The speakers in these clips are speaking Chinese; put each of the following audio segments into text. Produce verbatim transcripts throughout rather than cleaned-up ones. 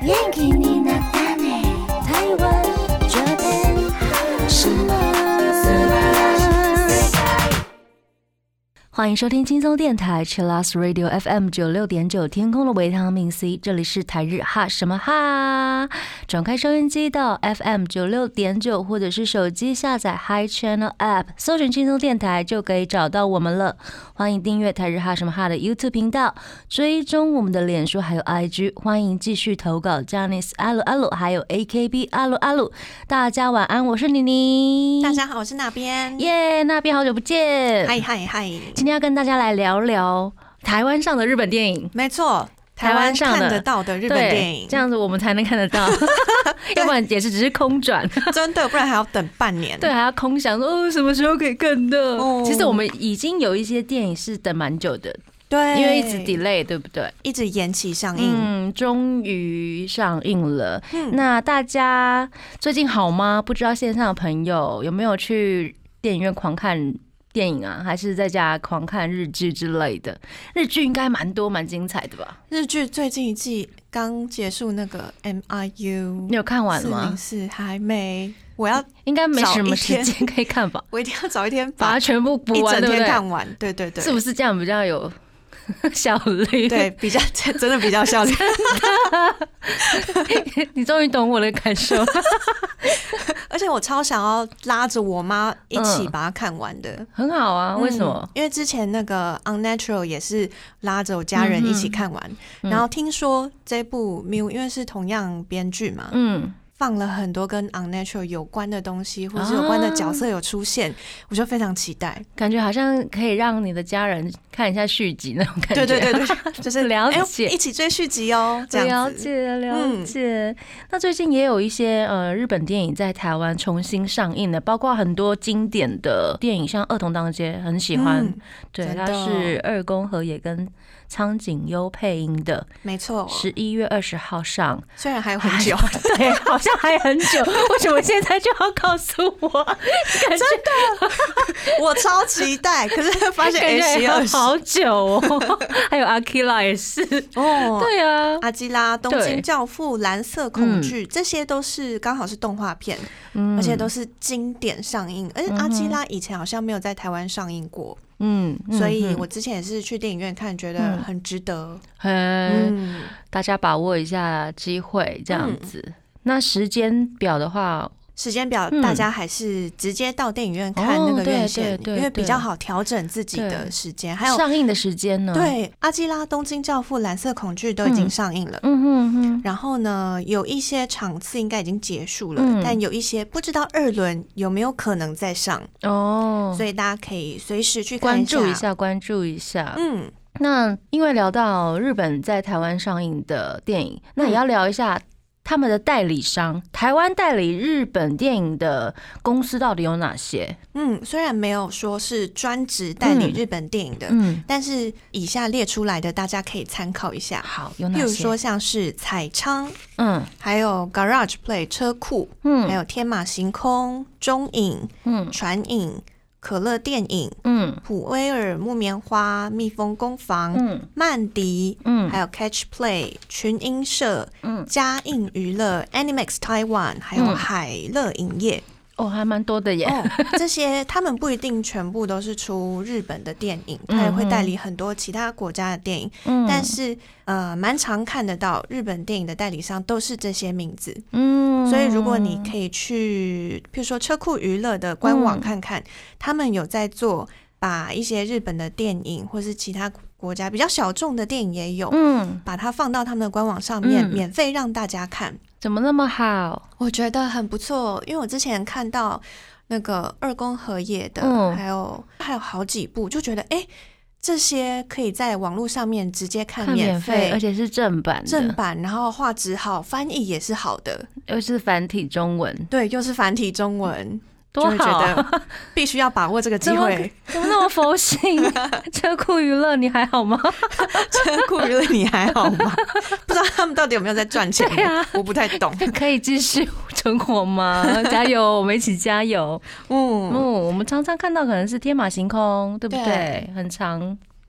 元気になったね台湾这边什么欢迎收听轻松电台 Chillus Radio F M 九六点九 天空的维他命 C， 这里是台日哈什么哈，转开收音机到 F M 九六点九，或者是手机下载 Hi Channel App， 搜寻轻松电台就可以找到我们了。欢迎订阅台日哈什么哈的 YouTube 频道，追踪我们的脸书还有 I G， 欢迎继续投稿 Janice 阿鲁阿鲁还有 A K B 阿鲁阿鲁。大家晚安，我是妮妮。 大家好，我是那边。 耶，那边好久不见。 嗨嗨嗨。 今天要跟大家来聊聊台湾上的日本电影。 没错，台湾上看得到的日本电影， 这样子我们才能看得到，要不然也是只是空转。 真的，不然还要等半年。 对，还要空想说哦，什么时候可以看到？哦、其实我们已经有一些电影是等蛮久的。 对， 因为一直 delay， 对不对？ 一直延期上映， 嗯，终于上映了。嗯、那大家最近好吗？不知道线上的朋友有没有去电影院狂看电影啊，还是在家狂看日剧之类的？日剧应该蛮多蛮精彩的吧？ 日剧最近一季刚结束那个 M I U， 你有看完吗？ 四零四还没，我要应该没什么时间可以看吧？ 我一定要找一天把它全部补完， 一整天看完。对对对， 是不是这样比较有效率？ 对，比较真的比较效率。 你终于懂我的感受。 而且我超想要拉着我妈一起把它看完的。嗯、 很好啊，为什么？ 嗯、因为之前那个 Unnatural 也是拉着我家人一起看完，嗯、然后听说这部 Miu 因为是同样编剧嘛，嗯。放了很多跟 Unnatural 有关的东西，或是有关的角色有出现，啊、我就非常期待。 感觉好像可以让你的家人看一下续集那种感觉。 对对对对，就是了解、 欸，一起追续集哦。这样子了解了解。嗯、那最近也有一些呃日本电影在台湾重新上映的，包括很多经典的电影，像《恶童当街》很喜欢。嗯、对，它是二宫和也跟苍井优配音的， 没错。 十一月二十号上， 虽然还有很久， 对，好像还很久。为什么现在就要告诉我？ 真的，我超期待。可是发现感觉要好久哦。还有阿基拉也是哦，对啊， 阿基拉、东京教父、蓝色恐惧，嗯、这些都是刚好是动画片，嗯、而且都是经典上映。而且阿基拉以前好像没有在台湾上映过。嗯，所以我之前也是去电影院看，觉得很值得。 嗯，嗯大家把握一下机会，这样子。嗯、那时间表的话， 时间表大家还是直接到电影院看那个院线，因为比较好调整自己的时间。还有上映的时间呢？ 对，阿基拉、东京教父、蓝色恐惧都已经上映了。嗯哼哼。然后呢，有一些场次应该已经结束了，嗯、但有一些不知道二轮有没有可能再上哦，所以大家可以随时去看一下， 关注一下，关注一下。嗯。那因为聊到日本在台湾上映的电影，那也要聊一下。他们的代理商，台湾代理日本电影的公司到底有哪些？ 嗯，虽然没有说是专职代理日本电影的，嗯，但是以下列出来的大家可以参考一下。 好，有哪些？ 譬如说像是彩昌，嗯，还有 Garage Play 车库，嗯，还有天马行空、中影，嗯，传影。可乐电影，嗯，普威尔、木棉花、蜜蜂工坊，嗯，曼迪，嗯，还有 Catch Play、群英社，嗯，嘉映娱乐、Animax Taiwan， 还有海乐影业。 哦，还蛮多的耶。 哦、这些他们不一定全部都是出日本的电影，他也会代理很多其他国家的电影。嗯、但是呃，蛮常看得到日本电影的代理商都是这些名字。嗯，所以如果你可以去，譬如说车库娱乐的官网看看，嗯、他们有在做把一些日本的电影或是其他国家比较小众的电影也有，嗯，把它放到他们的官网上面，嗯、免费让大家看。 怎么那么好？ 我觉得很不错，因为我之前看到那个二宫和也的，嗯、还有还有好几部，就觉得哎、欸，这些可以在网络上面直接看免费， 而且是正版的， 正版，然后画质好，翻译也是好的， 又是繁体中文， 对，又是繁体中文。 多好， 就会觉得必须要把握这个机会。 怎么那么佛心？车库娱乐你还好吗？ 车库娱乐你还好吗？不知道他们到底有没有在赚钱？对啊，我不太懂。 可以继续存活吗？加油，我们一起加油。嗯嗯，我们常常看到可能是天马行空，对不对？对，很长。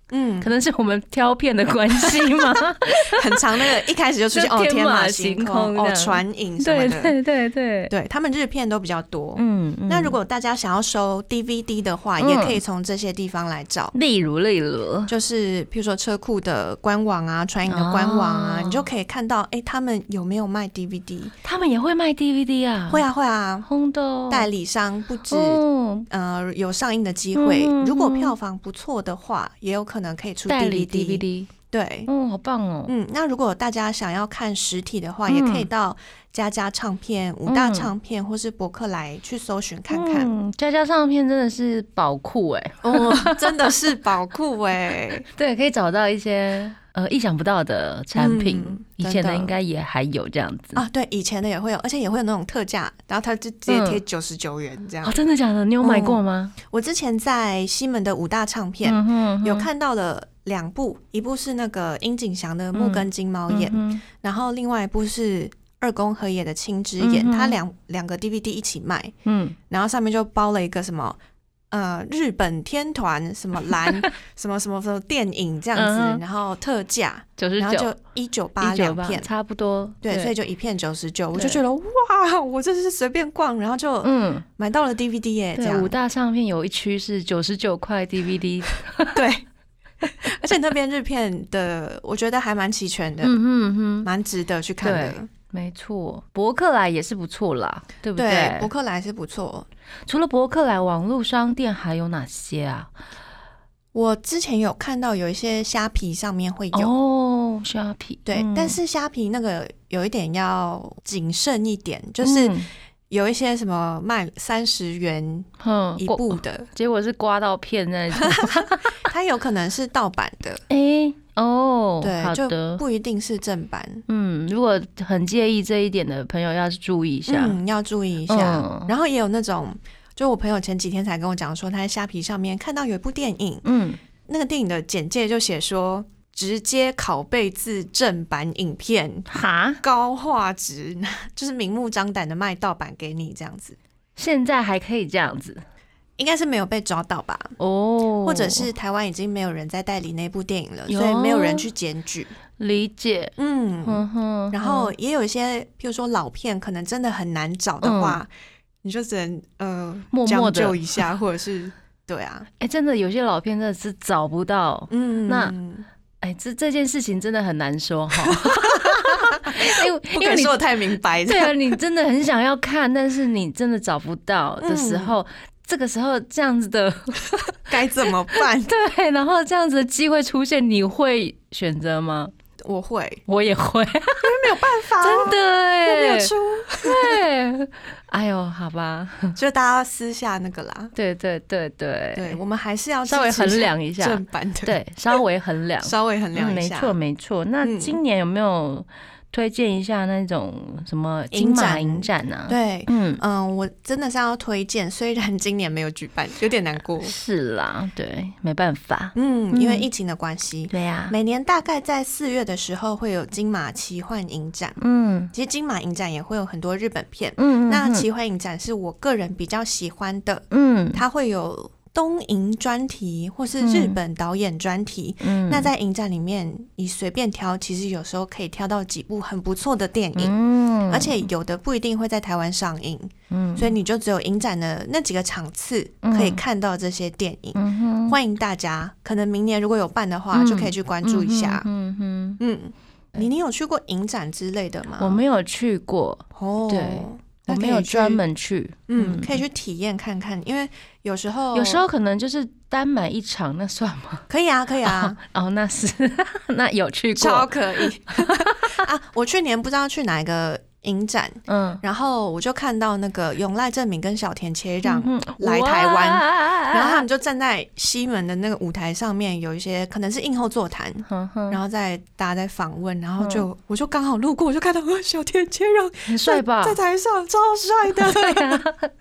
嗯，可能是我们挑片的关系吗？ 很长那个一开始就出现哦天马行空哦船影什么的， 对对对对对，他们日片都比较多。嗯，嗯那如果大家想要收 D V D 的话，嗯、也可以从这些地方来找。 例如例如， 就是譬如说车库的官网啊，船影的官网啊，哦、你就可以看到，哎、欸，他们有没有卖 D V D？ 他们也会卖 D V D 啊？ 会啊会啊， 轰动代理商不止、哦、呃有上映的机会、嗯，如果票房不错的话，也有可能可以出 D V D。 D V D 对， 哦，好棒哦。 嗯，那如果大家想要看实体的话，嗯、也可以到佳佳唱片、五大唱片、嗯、或是博客来去搜寻看看。 嗯，佳佳唱片真的是宝库哎， 哦，真的是宝库哎。 对，可以找到一些呃意想不到的产品、嗯，以前的应该也还有这样子啊。对，以前的也会有，而且也会有那种特价，然后它就直接贴九十九元这样、 嗯。哦，真的假的？你有买过吗？ 嗯、我之前在西门的五大唱片、嗯、哼哼有看到了。两部，一部是那个樱井翔的《木根金猫眼》，嗯，然后另外一部是二宫和也的《青之眼》，嗯，它两两个 D V D 一起卖，嗯，然后上面就包了一个什么呃日本天团什么蓝什么什么什么电影这样子，嗯，然后特价九十九， 然后就一九八两片， 差不多， 对，对所以就一片九十九，我就觉得哇，我这是随便逛，然后就嗯买到了 D V D 耶，这样五大唱片有一区是九十九块 D V D， 对。而且那边日片的，我觉得还蛮齐全的，嗯哼哼，蛮值得去看的。 没错，博客来也是不错啦，对不对？ 对，博客来是不错。 除了博客来，网络商店还有哪些啊？ 我之前有看到有一些虾皮上面会有哦，虾皮对、嗯，但是虾皮那个有一点要谨慎一点，就是。嗯有一些什么卖三十元一部的、嗯， 结果是刮到片那种， 它有可能是盗版的。 哎、欸、哦， 对， 好的， 就不一定是正版。 嗯，如果很介意这一点的朋友，要注意一下。 嗯，要注意一下。嗯、然后也有那种，就我朋友前几天才跟我讲说，他在虾皮上面看到有一部电影，嗯，那个电影的简介就写说。直接拷贝自正版影片，哈，高画质，就是明目张胆的卖盗版给你这样子。 现在还可以这样子， 应该是没有被抓到吧？哦，或者是台湾已经没有人在代理那部电影了，所以没有人去检举。 理解， 嗯哼哼。然后也有一些，譬如说老片，可能真的很难找的话，嗯、你就只能呃默默的将就一下，或者是对啊， 哎、欸，真的有些老片真的是找不到，嗯，那。哎，这这件事情真的很难说哈， 因为不可以说的太明白。 对啊，你真的很想要看，但是你真的找不到的时候，嗯、这个时候这样子的该怎么办？ 对，然后这样子的机会出现，你会选择吗？ 我会， 我也会，因为没有办法， 真的哎， 没有出， 对，哎呦，好吧， 就大家私下那个啦， 对对对对， 对我们还是要稍微衡量一下正版的， 对，稍微衡量， 稍微衡量一下， 嗯、没错没错。那今年有没有？推荐一下那种什么金马影展啊？ 对，嗯嗯，我真的是要推荐，虽然今年没有举办，有点难过。 是啦，对，没办法， 嗯，因为疫情的关系。 对呀、啊， 每年大概在四月的时候会有金马奇幻影展。嗯，其实金马影展也会有很多日本片。嗯，那奇幻影展是我个人比较喜欢的。嗯，它会有。东影专题或是日本导演专题、嗯、那在影展里面你随便挑，其实有时候可以挑到几部很不错的电影、嗯、而且有的不一定会在台湾上映、嗯、所以你就只有影展的那几个场次可以看到这些电影、嗯、欢迎大家可能明年如果有办的话、嗯、就可以去关注一下。嗯嗯嗯，你你有去过影展之类的吗？ 我没有去过哦，对，我没有专门去， 嗯，可以去体验看看，因为有时候有时候可能就是单买一场，那算吗？ 可以啊，可以啊， 哦，哦那是那有去过， 超可以啊！我去年不知道去哪一个影展，嗯，然后我就看到那个永濑正敏跟小田切让来台湾、嗯，然后他们就站在西门的那个舞台上面，有一些可能是映后座谈，嗯、然后在大家在访问，然后就、嗯、我就刚好路过，我就看到小田切让很帅吧， 在台上超帅的， 对啊，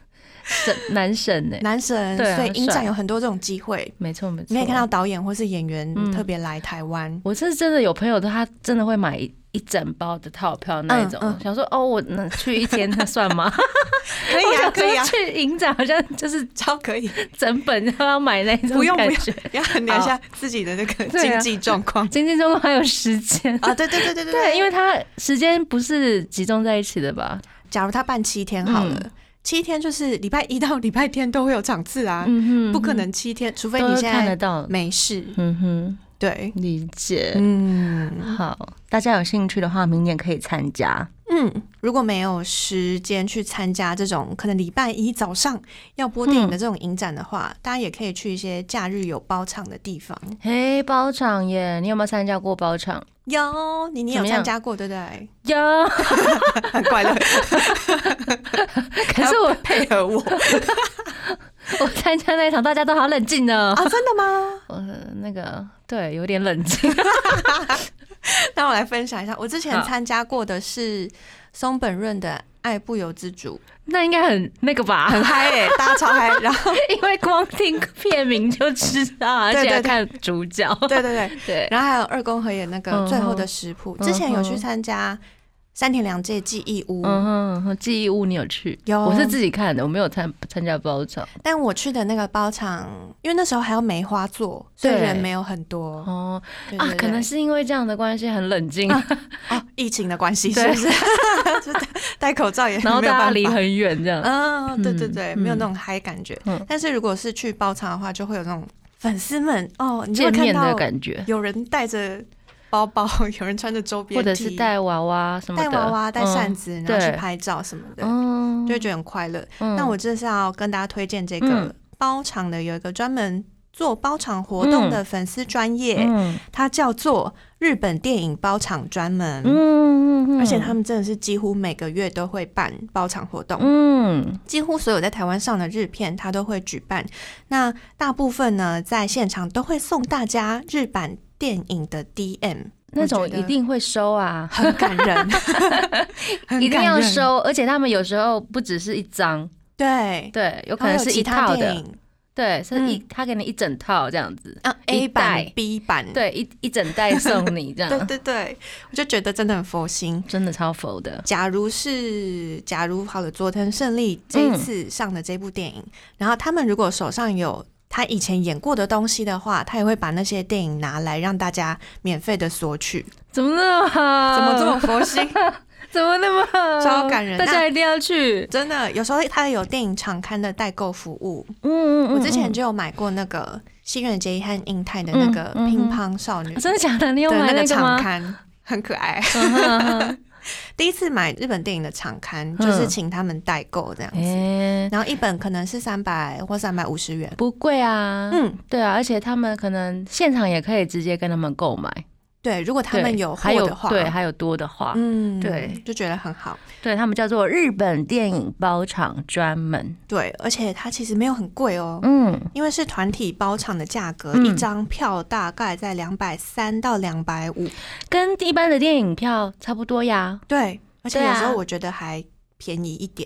省男神呢、欸， 男神， 对啊、 所以影展有很多这种机会， 没错没错， 你可以看到导演或是演员特别来台湾、 嗯。我是真的有朋友，他真的会买一一整包的套票那一种，嗯嗯、想说哦，我能去一天，那算吗？ 可以啊，可以啊。 去影展好像就是超可以， 整本都要买那种感觉， 不用不用，要衡量一下自己的那个经济状况、啊， 经济状况还有时间啊，对对对对对对，因为他时间不是集中在一起的吧？ 假如他办七天好了。嗯，七天就是礼拜一到礼拜天都会有场次啊，嗯哼，不可能七天，除非你现在看得到没事。 嗯哼， 对， 理解。 嗯， 好，大家有兴趣的话，明年可以参加。 嗯，如果没有时间去参加这种可能礼拜一早上要播电影的这种影展的话，嗯、大家也可以去一些假日有包场的地方。 嘿，包场耶！你有没有参加过包场？ 有，你你有参加过对不对？ 有， 很快乐。 可是我配合我， 我参加那一场大家都好冷静哦。 啊，真的吗？ 我那个对，有点冷静。 那我来分享一下，我之前参加过的是松本润的《爱不由自主》， 那应该很那个吧， 很嗨诶、欸，大家超嗨。然后因为光听片名就知道，而且还看主角， 对对对对。 然后还有二宫和也那个《最后的食谱》，之前有去参加山田凉介记忆屋， 嗯哼，记忆屋你有去？ 有， 我是自己看的，我没有参参加包场。 但我去的那个包场，因为那时候还要梅花座，所以人没有很多。 哦， 对对对， 啊，可能是因为这样的关系很冷静啊， 啊，疫情的关系是不是？戴口罩也没有然后办法， 大家离很远这样。 嗯，对对对，嗯、没有那种嗨感觉、嗯。但是如果是去包场的话，就会有那种粉丝们哦，你就会看到的感觉， 有人带着包包，有人穿着周边 T， 或者是带娃娃什么的， 带娃娃、带扇子、嗯，然后去拍照什么的，嗯、就会觉得很快乐。那、嗯、我这是要跟大家推荐这个包场的，有一个专门做包场活动的粉丝专页、嗯，它叫做日本电影包场专门。嗯，而且他们真的是几乎每个月都会办包场活动。嗯，几乎所有在台湾上的日片，它都会举办。那大部分呢，在现场都会送大家日版电影的 D M， 那种一定会收啊， 很感人， 一定要收。而且他们有时候不只是一张， 对对，有可能是一套的，对，是一、嗯、他给你一整套这样子啊 ，A 版、B 版， 对，一一整袋送你这样， 对对对，我就觉得真的很佛心， 真的超佛的。 假如是假如好了，佐藤胜利这一次上的这部电影，嗯、然后他们如果手上有他以前演过的东西的话，他也会把那些电影拿来让大家免费的索取。 怎么那么好？ 怎么这么佛心？ 怎么那么好？ 超感人！ 大家一定要去。 真的，有时候他有电影场刊的代购服务。嗯嗯嗯，我之前就有买过那个西园结衣和英泰的那个乒乓少女、嗯嗯嗯， 真的假的？你有买那个吗？ 场刊很可愛。 嗯哼哼第一次买日本电影的场刊，就是请他们代购这样子、嗯，然后一本可能是三百或三百五十元， 不贵啊。嗯，对啊，而且他们可能现场也可以直接跟他们购买。 对，如果他们有货的话， 对，还有多的话， 嗯， 对， 就觉得很好。 对，他们叫做日本电影包场专门。 对，而且它其实没有很贵哦，嗯，因为是团体包场的价格，嗯、一张票大概在两百三到两百五， 跟一般的电影票差不多呀。 对，而且有时候我觉得还便宜一点，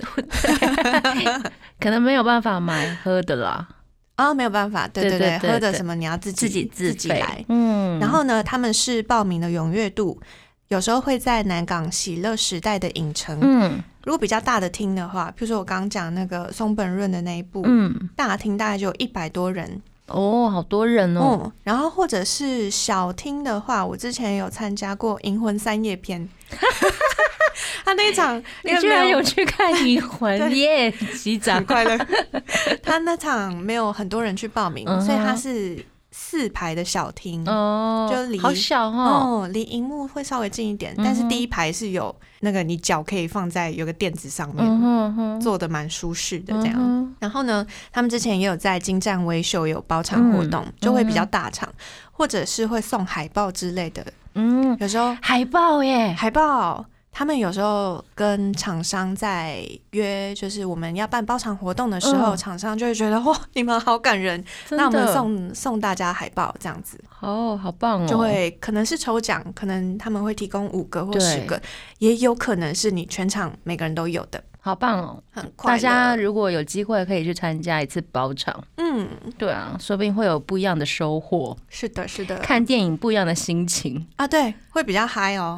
可能没有办法买喝的啦。 啊、哦，没有办法，对对 对, 对, 对, 对，喝的什么你要自己自己自己来，嗯。然后呢，他们是报名的踊跃度，有时候会在南港喜乐时代的影城，嗯。如果比较大的厅的话，譬如说我刚刚讲那个松本润的那一部，嗯，大厅大概就有一百多人。 哦，好多人哦。 嗯，然后或者是小厅的话，我之前有参加过《银魂三叶篇》。他那一场， 你居然有去看《银魂》耶，击掌快乐。他那场没有很多人去报名， uh-huh. 所以他是四排的小厅，哦，就离好小哦， 离荧幕会稍微近一点，嗯，但是第一排是有那个你脚可以放在有个垫子上面，嗯，坐得蛮舒适的这样，嗯。然后呢，他们之前也有在金站微秀有包场活动，嗯，就会比较大场，嗯，或者是会送海报之类的，嗯，有时候海报耶， 海报。他们有时候跟厂商在约，就是我们要办包场活动的时候，厂，嗯，商就会觉得哇，你们好感人，那我们送送大家海报这样子， 哦，好棒哦！ 就会可能是抽奖，可能他们会提供五个或十个，也有可能是你全场每个人都有的。 好棒哦， 很快乐。 大家如果有机会可以去参加一次包场，嗯，对啊，说不定会有不一样的收获。 是的，是的， 看电影不一样的心情啊，对，会比较嗨哦。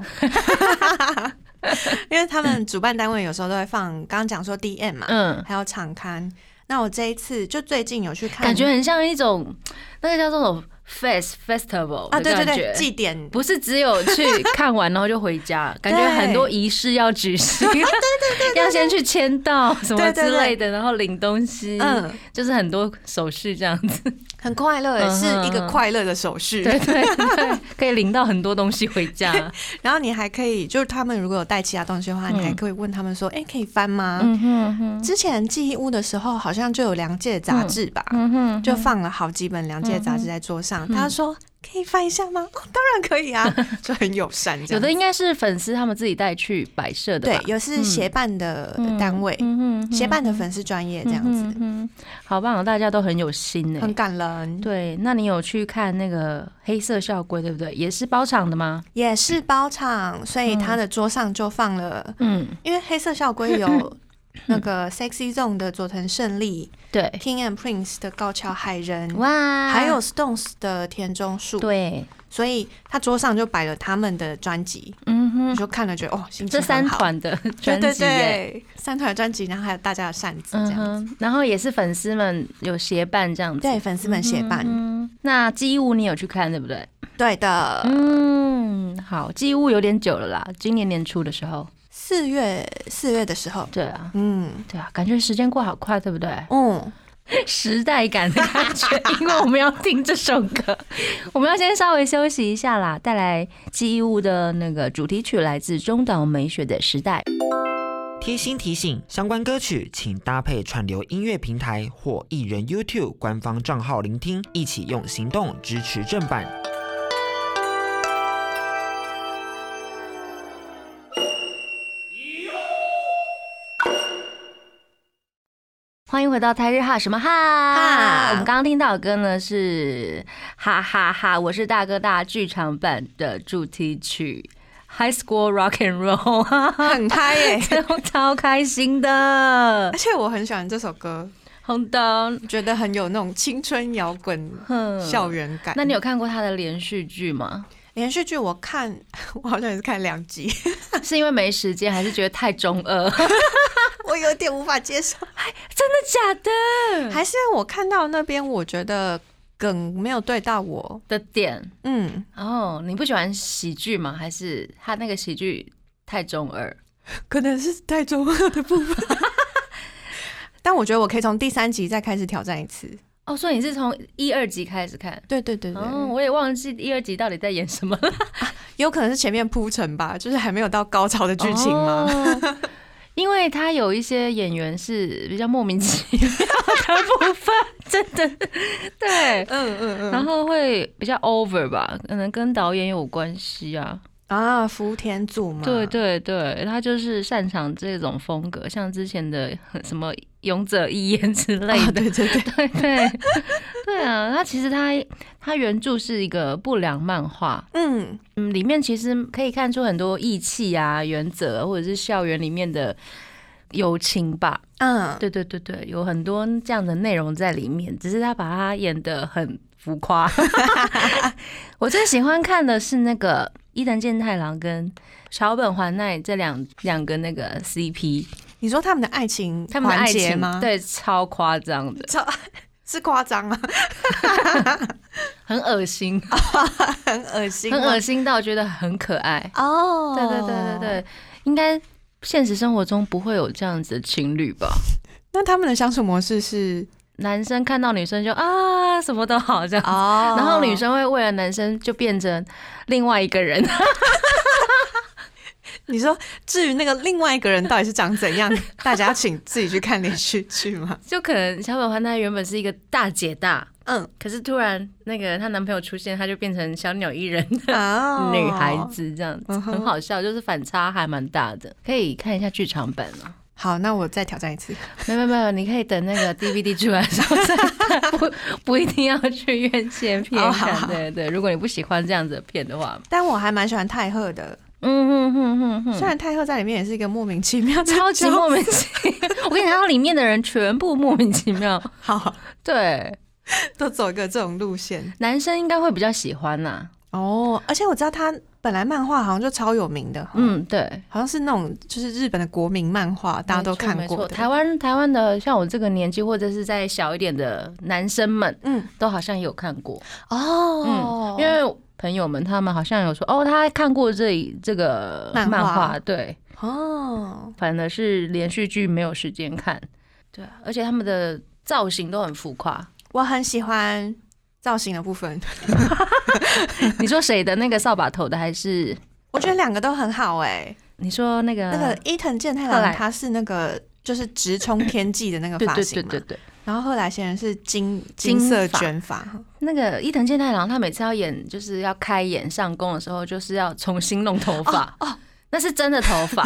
因为他们主办单位有时候都会放，刚刚讲说 D M 嘛，嗯，还有场刊。那我这一次就最近有去看， 感觉很像一种那个叫做Fest Festival 啊，对对对，祭典， 不是只有去看完然后就回家，感觉很多仪式要举行，对对对，要先去签到什么之类的，然后领东西，嗯，就是很多手续这样子， 很快乐，嗯、是一个快乐的手续， 对对对，可以领到很多东西回家， 然后你还可以，就是他们如果有带其他东西的话，嗯、你还可以问他们说，哎、欸，可以翻吗？嗯哼哼，之前记忆屋的时候，好像就有良介杂志吧，嗯哼，就放了好几本良介杂志在桌上。他说可以翻一下吗？哦，当然可以啊，就很友善。 有的应该是粉丝他们自己带去摆设的吧， 对，有是协办的单位，协办的粉丝专业这样子， 嗯，好棒，大家都很有心哎， 很感人。 对，那你有去看那个黑色校规对不对？也是包场的吗？ 也是包场，所以他的桌上就放了，嗯，因为黑色校规有。那个 Sexy Zone 的佐藤胜利，对 ，King and Prince 的高桥海人，哇，还有 Stones 的田中树，对，所以他桌上就摆了他们的专辑，嗯哼，我就看了觉得哦，心情很好。这三团的专辑，对对对， 三团的专辑，然后还有大家的扇子这样子， 然后也是粉丝们有协办这样子， 对，粉丝们协办。 嗯、那记忆屋你有去看对不对？ 对的， 嗯，好，记忆屋有点久了啦，今年年初的时候。 四月四月的时候， 对啊，嗯，对啊，感觉时间过好快，对不对？嗯，时代感的感觉，因为我们要听这首歌，我们要先稍微休息一下啦。带来记忆屋的那个主题曲，来自中岛美雪的《时代》。 贴心提醒：相关歌曲请搭配串流音乐平台或艺人 YouTube 官方账号聆听，一起用行动支持正版。 欢迎回到台日哈什么哈哈，我们刚刚听到的歌呢是哈哈哈，我是大哥大剧场版的主题曲 High School Rock and Roll， 很嗨耶， 超开心的， 而且我很喜欢这首歌， 红灯， 觉得很有那种青春摇滚校园感。 那你有看过他的连续剧吗？ 连续剧我看，我好像也是看两集， 是因为没时间，还是觉得太中二？ 我有点无法接受， 真的假的？ 还是因为我看到那边，我觉得梗没有对到我的点。嗯，哦，你不喜欢喜剧吗？还是他那个喜剧太中二？ 可能是太中二的部分。但我觉得我可以从第三集再开始挑战一次。 哦，所以你是从一二集开始看？ 对对对对。 哦，我也忘记一二集到底在演什么了。啊、 有可能是前面铺陈吧，就是还没有到高潮的剧情吗？ 哦，因为他有一些演员是比较莫名其妙的部分，真的，对，嗯嗯嗯，然后会比较 over 吧，可能跟导演有关系啊。 啊，福田组嘛， 对对对，他就是擅长这种风格，像之前的什么勇者义彦之类的，啊、 对对对对对对啊，他其实他他原著是一个不良漫画，嗯嗯，里面其实可以看出很多义气啊、原则，或者是校园里面的友情吧，嗯，对对对对，有很多这样的内容在里面，只是他把它演得很浮夸。我最喜欢看的是那个伊藤健太郎跟桥本环奈这两两个那个 C P。 你说他们的爱情他们的爱情吗？ 对，超夸张的， 超是夸张啊， 很恶心， 很恶心， 很恶心到觉得很可爱哦。对对对对对，应该现实生活中不会有这样子的情侣吧？ 那他们的相处模式是？ 男生看到女生就啊什么都好这样子， oh. 然后女生会为了男生就变成另外一个人。 你说至于那个另外一个人到底是长怎样，大家请自己去看连续剧吗？ 就可能桥本环奈原本是一个大姐大，嗯，可是突然那个她男朋友出现，她就变成小鸟依人的女孩子这样子， oh. 很好笑，就是反差还蛮大的，可以看一下剧场版啊。 好，那我再挑战一次。 没有没有，你可以等那个 D V D 出来的时候再看，不不一定要去院线片看。对对，如果你不喜欢这样子的片的话， 但我还蛮喜欢太赫的。 嗯哼哼哼哼， 虽然太后在里面也是一个莫名其妙， 超级莫名其妙。我跟你讲，里面的人全部莫名其妙。 好， 对， 都走一个这种路线， 男生应该会比较喜欢呐、啊。 哦，而且我知道他本来漫画好像就超有名的， 嗯，对， 好像是那种就是日本的国民漫画，大家都看过的。 台湾台湾的像我这个年纪或者是再小一点的男生们，嗯，都好像有看过哦， 嗯，因为朋友们他们好像有说，哦，他看过这这个漫画，漫画对，哦，反而是连续剧没有时间看，对，而且他们的造型都很浮夸， 我很喜欢造型的部分。 你说谁的那个扫把头的还是？ 我觉得两个都很好哎、欸。 你说那个那个伊藤健太郎，他是那个就是直冲天际的那个发型嘛， 对对对对对。 然后后来显然是金金色卷发。 那个伊藤健太郎，他每次要演就是要开演上工的时候，就是要重新弄头发哦，哦那是真的头发。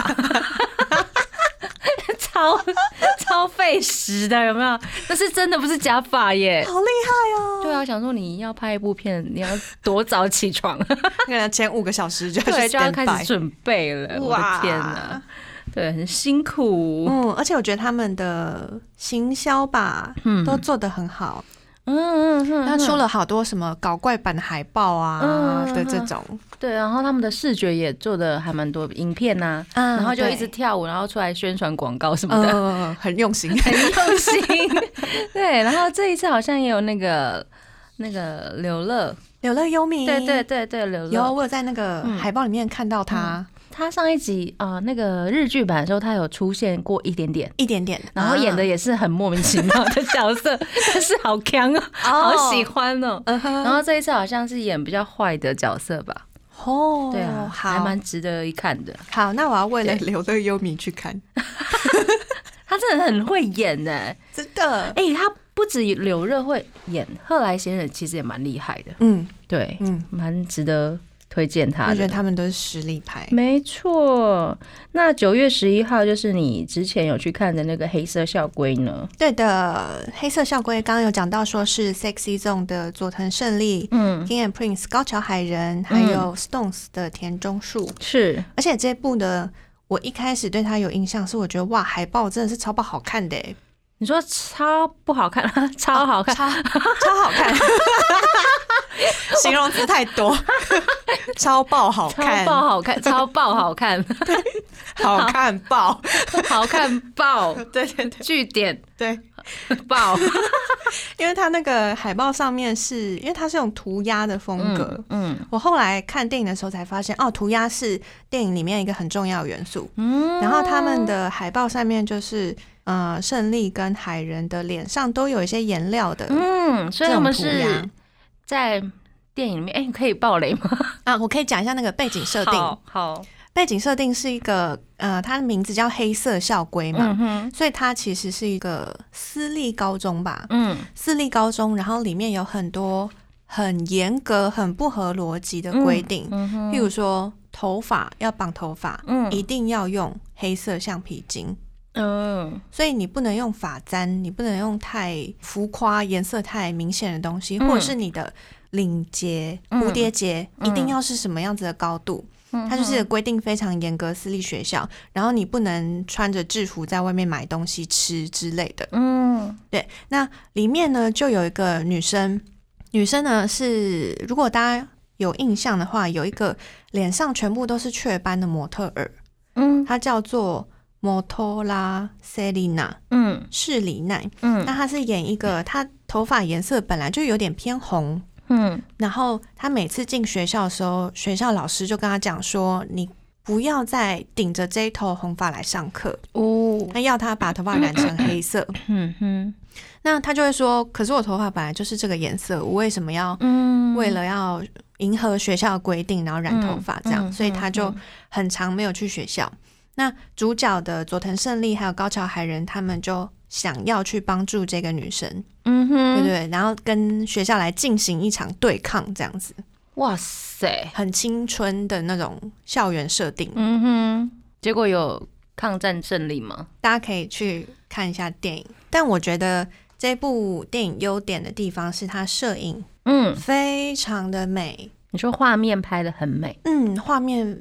超超费时的，有没有？那是真的，不是假发耶， 好厉害哦！ 对啊，我想说你要拍一部片，你要多早起床？ 可能前五个小时就对，就要开始准备了。我的天哪，对，很辛苦。 嗯，而且我觉得他们的行销吧，嗯，都做得很好。嗯嗯嗯，他出了好多什么搞怪版的海报啊、嗯、的这种， 对，然后他们的视觉也做的还蛮多，影片呐、啊，嗯、然后就一直跳舞，然后出来宣传广告什么的， 嗯，很用心， 很用心。对，然后这一次好像也有那个那个柳乐， 柳乐优弥， 对对对对，柳乐有，我有在那个海报里面看到他。嗯他上一集啊、呃，那个日剧版的时候，他有出现过一点点， 一点点， 然后演的也是很莫名其妙的角色，但是好强哦，好喜欢哦。Uh-huh. 然后这一次好像是演比较坏的角色吧？哦，对啊，还蛮值得一看的。 好，那我要为了柳乐优弥去看， 他真的很会演呢， 真的。 哎、欸，他不止柳乐会演，贺来贤人其实也蛮厉害的。嗯，对，嗯，蛮值得推荐他的， 我觉得他们都是实力派， 没错。那九月十一号就是你之前有去看的那个黑色校规呢？ 对的，黑色校规刚刚有讲到说是 Sexy Zone 的佐藤胜利，嗯 ，King and Prince 高桥海人，还有 Stones 的田中树， 是。 而且这部的我一开始对他有印象，是我觉得哇，海报真的是超爆好看的耶。 你说超不好看，超好看， 哦、超超好看，形容词太多，超爆好看， 超爆好看，超爆好看， 好看爆， 好看爆， 对对对， 句点对爆， 因为它那个海报上面是因为它是用涂鸦的风格，嗯，嗯我后来看电影的时候才发现，哦，涂鸦是电影里面一个很重要的元素，嗯，然后他们的海报上面就是。呃，胜利跟海人的脸上都有一些颜料的， 嗯，所以他们是在电影里面，哎、欸，可以爆雷吗？ 啊，我可以讲一下那个背景设定。 好，好背景设定是一个呃，它的名字叫黑色校规嘛，嗯、所以它其实是一个私立高中吧，嗯，私立高中，然后里面有很多很严格、很不合逻辑的规定，嗯嗯、譬如说头发要绑头发，嗯，一定要用黑色橡皮筋。嗯，所以你不能用发簪，你不能用太浮夸、颜色太明显的东西，嗯、或者是你的领结、蝴蝶结、嗯、一定要是什么样子的高度。嗯、它就是规定非常严格，私立学校，然后你不能穿着制服在外面买东西吃之类的。嗯，对。那里面呢，就有一个女生，女生呢是，如果大家有印象的话，有一个脸上全部都是雀斑的模特儿，嗯，她叫做。摩托拉塞丽娜，嗯，士里奈，嗯，那她是演一个，她头发颜色本来就有点偏红，嗯，然后她每次进学校的时候，学校老师就跟她讲说，你不要再顶着这一头红发来上课哦，那要她把头发染成黑色，嗯哼，那她就会说，可是我头发本来就是这个颜色，我为什么要为了要迎合学校的规定，然后染头发这样，嗯、所以她就很常没有去学校。那主角的佐藤胜利还有高桥海人，他们就想要去帮助这个女生，嗯哼，对对，然后跟学校来进行一场对抗，这样子。 哇塞， 很青春的那种校园设定， 嗯哼。结果有抗战胜利吗？ 大家可以去看一下电影。但我觉得这部电影优点的地方是它摄影，嗯，非常的美。 你说画面拍得很美， 嗯，画面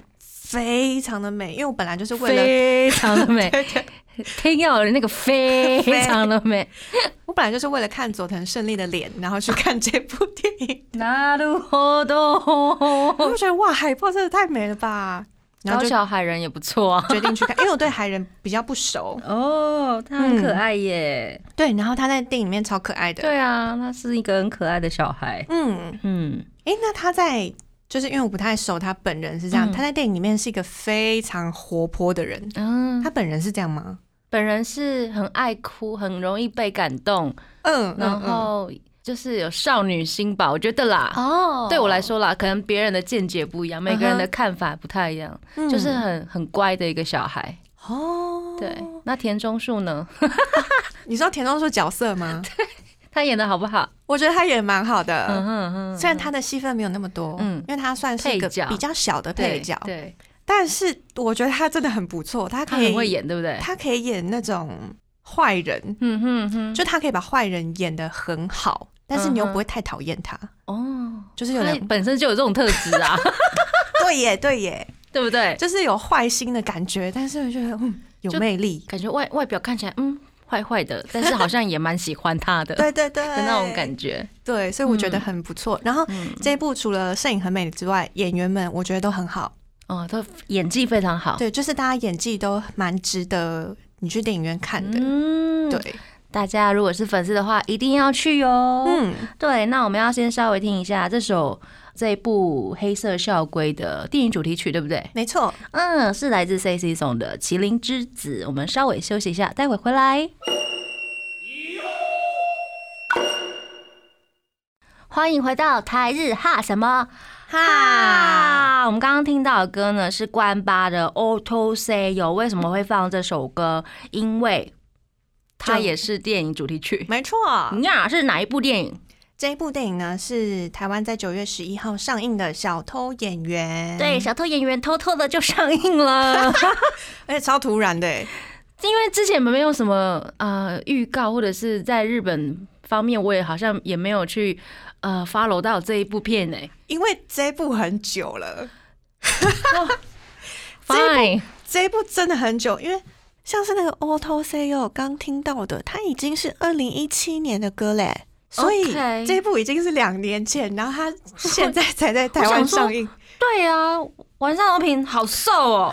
非常的美，因为我本来就是为了非常的美， 对对听要有那个非常的美。 我本来就是为了看佐藤胜利的脸，然后去看这部电影。 なるほど， 我就觉得哇，海报真的太美了吧！然后就高桥海人也不错啊， 决定去看，因为我对海人比较不熟。 哦，他很可爱耶。 嗯、对，然后他在电影里面超可爱的。 对啊，他是一个很可爱的小孩。 嗯嗯， 哎、欸，那他在就是因为我不太熟他本人是这样，嗯、他在电影里面是一个非常活泼的人。嗯，他本人是这样吗？ 本人是很爱哭，很容易被感动。嗯，然后。就是有少女心吧，我觉得啦。哦，对我来说啦，可能别人的见解不一样，每个人的看法不太一样。嗯、就是很很乖的一个小孩。哦，对。那田中树呢？ 你知道田中树角色吗？ 对，他演的好不好？ 我觉得他演蛮好的。嗯哼哼。虽然他的戏份没有那么多，嗯，因为他算是一个比较小的配角。 对。对但是我觉得他真的很不错，他可以他很会演，对不对？ 他可以演那种坏人，嗯哼哼，就他可以把坏人演得很好。但是你又不会太讨厌他哦，就是有人本身就有这种特质啊， 对耶对耶， 对不对？ 就是有坏心的感觉，但是我觉得嗯有魅力， 感觉外外表看起来嗯坏坏的，但是好像也蛮喜欢他的， 对对对的那种感觉， 对，所以我觉得很不错。嗯、然后这一部除了摄影很美之外，演员们我觉得都很好， 哦，都演技非常好， 对，就是大家演技都蛮值得你去电影院看的，嗯，对。 大家如果是粉丝的话，一定要去哟。嗯，对，那我们要先稍微听一下这首这一部《黑色校规》的电影主题曲，对不对？ 没错， 嗯，是来自 C C 送的《麒麟之子》。我们稍微休息一下，待会回来。欢迎回到台日哈什么哈？我们刚刚听到的歌呢是关八的《Auto Say Yo》。为什么会放这首歌？因为它也是电影主题曲， 没错。 呀，是哪一部电影？ 这一部电影呢是台湾在九月十一号上映的《小偷演员》。 对，《小偷演员》偷偷的就上映了， 而且超突然的， 因为之前没有什么呃预告，或者是在日本方面，我也好像也没有去呃 follow 到这一部片诶， 因为这一部很久了。 Fine， 这一部真的很久，因为。像是那个 Auto Say Yo 刚听到的，它已经是二零一七年的歌嘞，所以这一部已经是两年前，然后它现在才在台湾上映。 对啊，晚上荣平好瘦哦，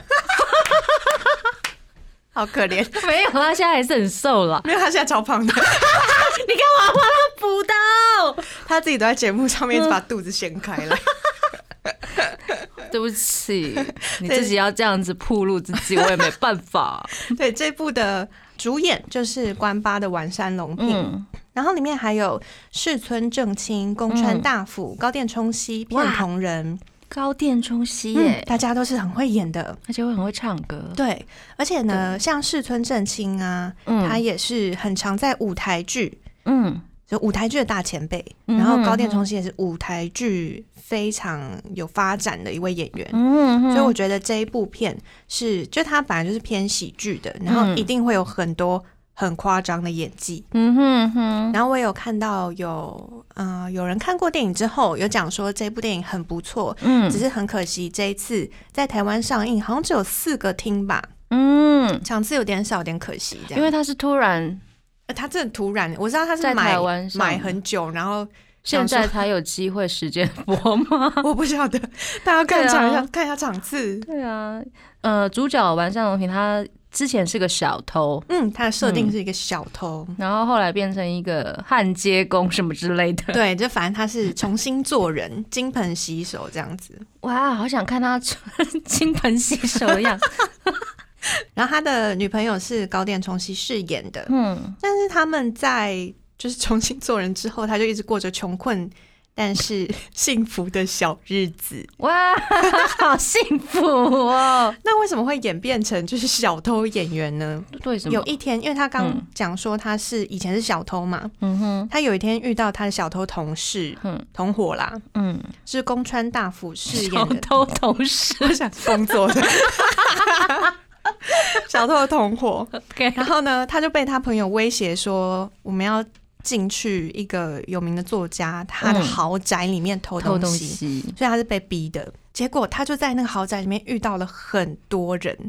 好可怜。 没有，他现在还是很瘦了。 没有，他现在超胖的。 你干嘛帮他补刀？ 他自己都在节目上面一直把肚子掀开来。 对不起，你自己要这样子暴露自己，我也没办法。 对，这部的主演就是关八的丸山隆平，嗯、然后里面还有市村正清、宫川大辅、嗯、高电冲希、片桐人。 高电冲希耶、 嗯，大家都是很会演的， 而且会很会唱歌。 对，而且呢，像市村正清啊，嗯、他也是很常在舞台剧，嗯。就舞台剧的大前辈，然后高电冲希也是舞台剧非常有发展的一位演员，嗯、所以我觉得这一部片是，就他本来就是偏喜剧的，然后一定会有很多很夸张的演技。嗯哼哼。然后我有看到有呃有人看过电影之后有讲说这部电影很不错，嗯，只是很可惜这一次在台湾上映好像只有四个厅吧，嗯，场次有点少，有点可惜这样， 因为它是突然。 他真的突然，我知道他是买在台湾买很久，然后现在才有机会时间播吗？ 我不晓得，大家看场一下，啊、看一下场次。 对啊，呃，主角丸山隆平他之前是个小偷， 嗯，他的设定是一个小偷、嗯， 然后后来变成一个焊接工什么之类的。 对，就反正他是重新做人，金盆洗手这样子。 哇，好想看他金盆洗手的样子。 然后他的女朋友是高电冲希饰演的，嗯，但是他们在就是重新做人之后，他就一直过着穷困但是幸福的小日子。哇， 好幸福哦！ 那为什么会演变成就是小偷演员呢？ 为什么？ 有一天，因为他刚讲说他是以前是小偷嘛，嗯哼，他有一天遇到他的小偷同事，嗯，同伙啦，嗯，是宫川大辅饰演的小偷同事， 我想工作的。小偷的同伙， okay. 然后呢，他就被他朋友威胁说，我们要进去一个有名的作家他的豪宅里面偷东西，嗯、偷东西，所以他是被逼的。 结果他就在那个豪宅里面遇到了很多人。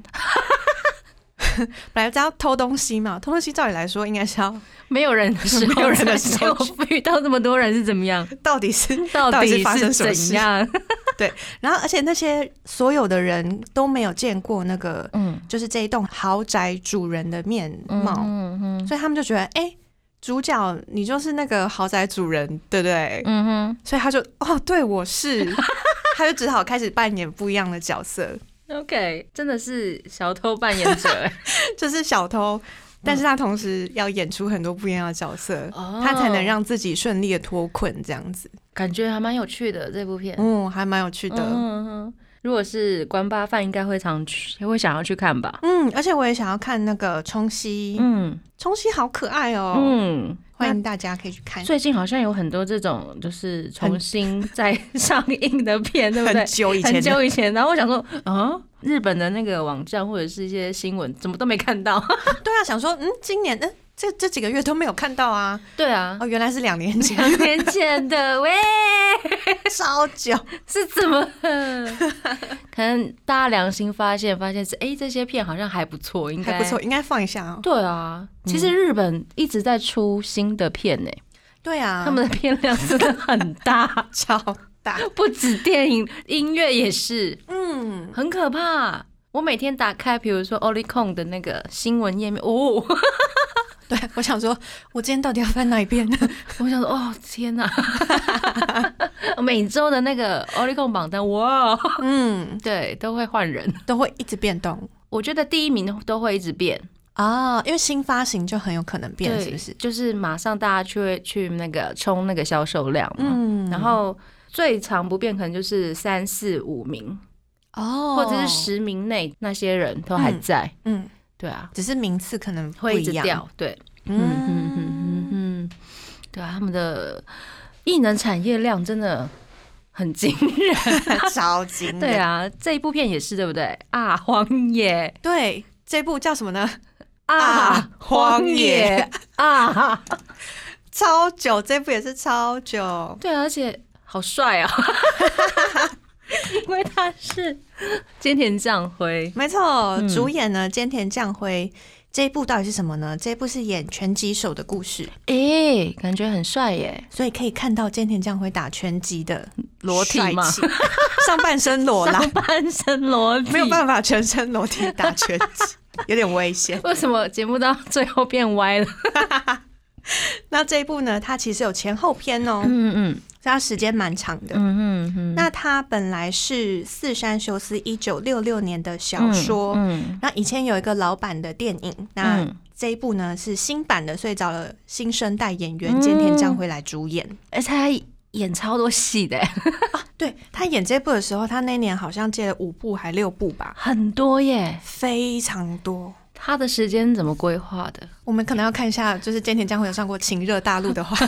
本来只要偷东西嘛，偷东西照理来说应该是要没有人的时候， 没有人的时候遇到这么多人是怎么样？ 到底是到底是发生什么事？ 怎样？ 对，然后而且那些所有的人都没有见过那个，嗯，就是这一栋豪宅主人的面貌，嗯嗯，所以他们就觉得，哎、欸，主角你就是那个豪宅主人，对不对？嗯哼，所以他就哦，对，我是，他就只好开始扮演不一样的角色。 OK， 真的是小偷扮演者， 就是小偷，但是他同时要演出很多不一样的角色，嗯、他才能让自己顺利的脱困，这样子感觉还蛮有趣的这部片， 嗯，还蛮有趣的。嗯嗯，如果是关八饭，应该会常去，会想要去看吧。 嗯，而且我也想要看那个冲熙，嗯，冲熙好可爱哦，嗯。欢迎大家可以去看。 最近好像有很多这种就是重新再上映的片，对不对？ 很久以前， 很久以前。然后我想说，啊，日本的那个网站或者是一些新闻，怎么都没看到？ 对啊，想说，嗯，今年，嗯，这这几个月都没有看到啊。 对啊， 哦，原来是两年前， 两年前的，喂， 超久， 是怎么？可能大家良心发现，发现是，哎、欸，这些片好像还不错，应该还不错，应该放一下哦。 对啊，其实日本一直在出新的片呢、欸。 对啊， 他们的片量真的很大， 超大，不止电影，音乐也是，嗯，很可怕。我每天打开，比如说 Oricon 的那个新闻页面，哦， 对，我想说，我今天到底要翻哪一遍呢？ 我想说，哦，天哪！每周的那个 Oricon 榜单，哇，嗯，对，都会换人， 都会一直变动。 我觉得第一名都会一直变。 啊，因为新发行就很有可能变，是不是？ 就是马上大家去去那个冲那个销售量嘛，嗯，然后最常不变可能就是三四五名哦，或者是十名内那些人都还在，嗯，嗯对啊， 只是名次可能不一样， 会一直掉，对，嗯嗯嗯嗯嗯，对啊，他们的艺能产业量真的很惊人， 超惊人， 对啊，这一部片也是对不对啊？荒野， 对，这部叫什么呢？ 啊，荒野啊， 超久，这部也是超久。 对，而且好帅啊，因为他是菅田将晖， 没错，嗯、主演呢菅田将晖。这一部到底是什么呢？这一部是演拳击手的故事， 哎、欸，感觉很帅耶， 所以可以看到菅田将晖打拳击的裸体嘛， 上半身裸啦， 上半身裸体， 没有办法全身裸体打拳击。有点危险。 为什么节目到最后变歪了？ 那这一部呢，它其实有前后篇哦，嗯嗯，所以它时间蛮长的。嗯嗯嗯。那它本来是四山修斯一九六六年的小说，嗯，嗯那以前有一个老版的电影，那这一部呢是新版的，所以找了新生代演员菅田将晖来主演， 而且他演超多戏的、啊。 对，他演这部的时候，他那年好像接了五部还六部吧， 很多耶， 非常多。 他的时间怎么规划的？ 我们可能要看一下，就是菅田将晖有上过《情热大陆》的话，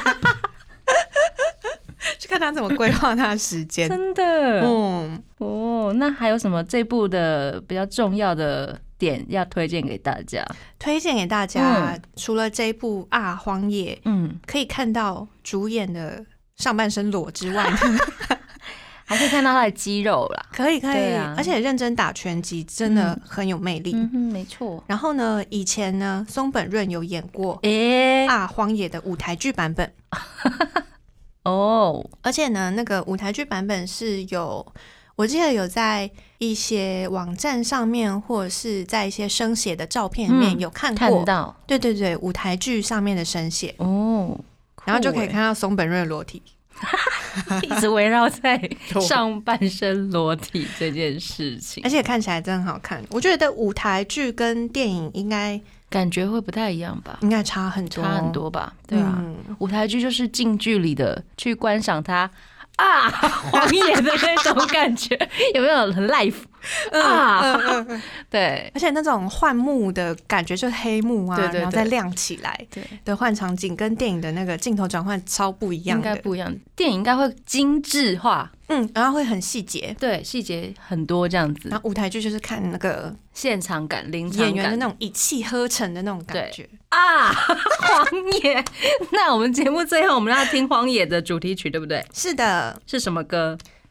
去看他怎么规划他的时间。 真的，嗯，哦，那还有什么这部的比较重要的点要推荐给大家？ 推荐给大家，嗯、除了这一部啊《荒野》，嗯，可以看到主演的上半身裸之外。 还可以看到他的肌肉啦， 可以可以、啊，而且认真打拳击真的很有魅力。 嗯哼，没错。 然后呢，以前呢，松本润有演过《啊荒野》的舞台剧版本。哦，而且呢，那个舞台剧版本是有，我记得有在一些网站上面，或者是在一些生写的照片里面有看过。 看到， 对对对，舞台剧上面的生写。哦，然后就可以看到松本润的裸体。 一直围绕在上半身裸体这件事情， 而且看起来真的很好看。我觉得舞台剧跟电影应该感觉会不太一样吧？ 应该差很多， 差很多吧？对啊，嗯、舞台剧就是近距离的去观赏它啊，荒野的那种感觉，有没有很 live 啊？嗯嗯嗯、对， 而且那种换幕的感觉，就是黑幕啊，对对对，然后再亮起来的换场景，跟电影的那个镜头转换超不一样的， 应该不一样。电影应该会精致化， 嗯，然后会很细节， 对，细节很多这样子。 然后舞台剧就是看那个现场感、临场感， 演员的那种一气呵成的那种感觉啊。荒野，那我们节目最后我们要听荒野的主题曲，对不对？ 是的， 是什么歌？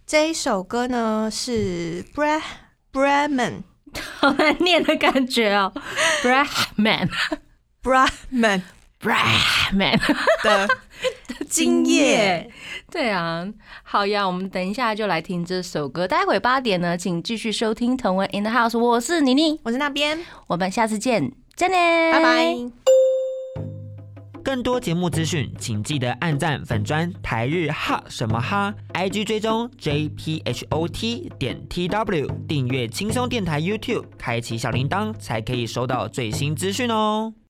这一首歌呢是 Bra Brahman， 好难念的感觉哦 ，Brahman Brahman Brahman 的今夜。 对啊，好呀，我们等一下就来听这首歌。待会八点呢，请继续收听同文 In the House， 我是妮妮， 我是那边， 我们下次见，再见， 拜拜。 更多节目资讯，请记得按赞粉专台日哈什么哈 ，I G 追踪 J P H O T 点 T W， 订阅轻松电台 YouTube， 开启小铃铛才可以收到最新资讯哦。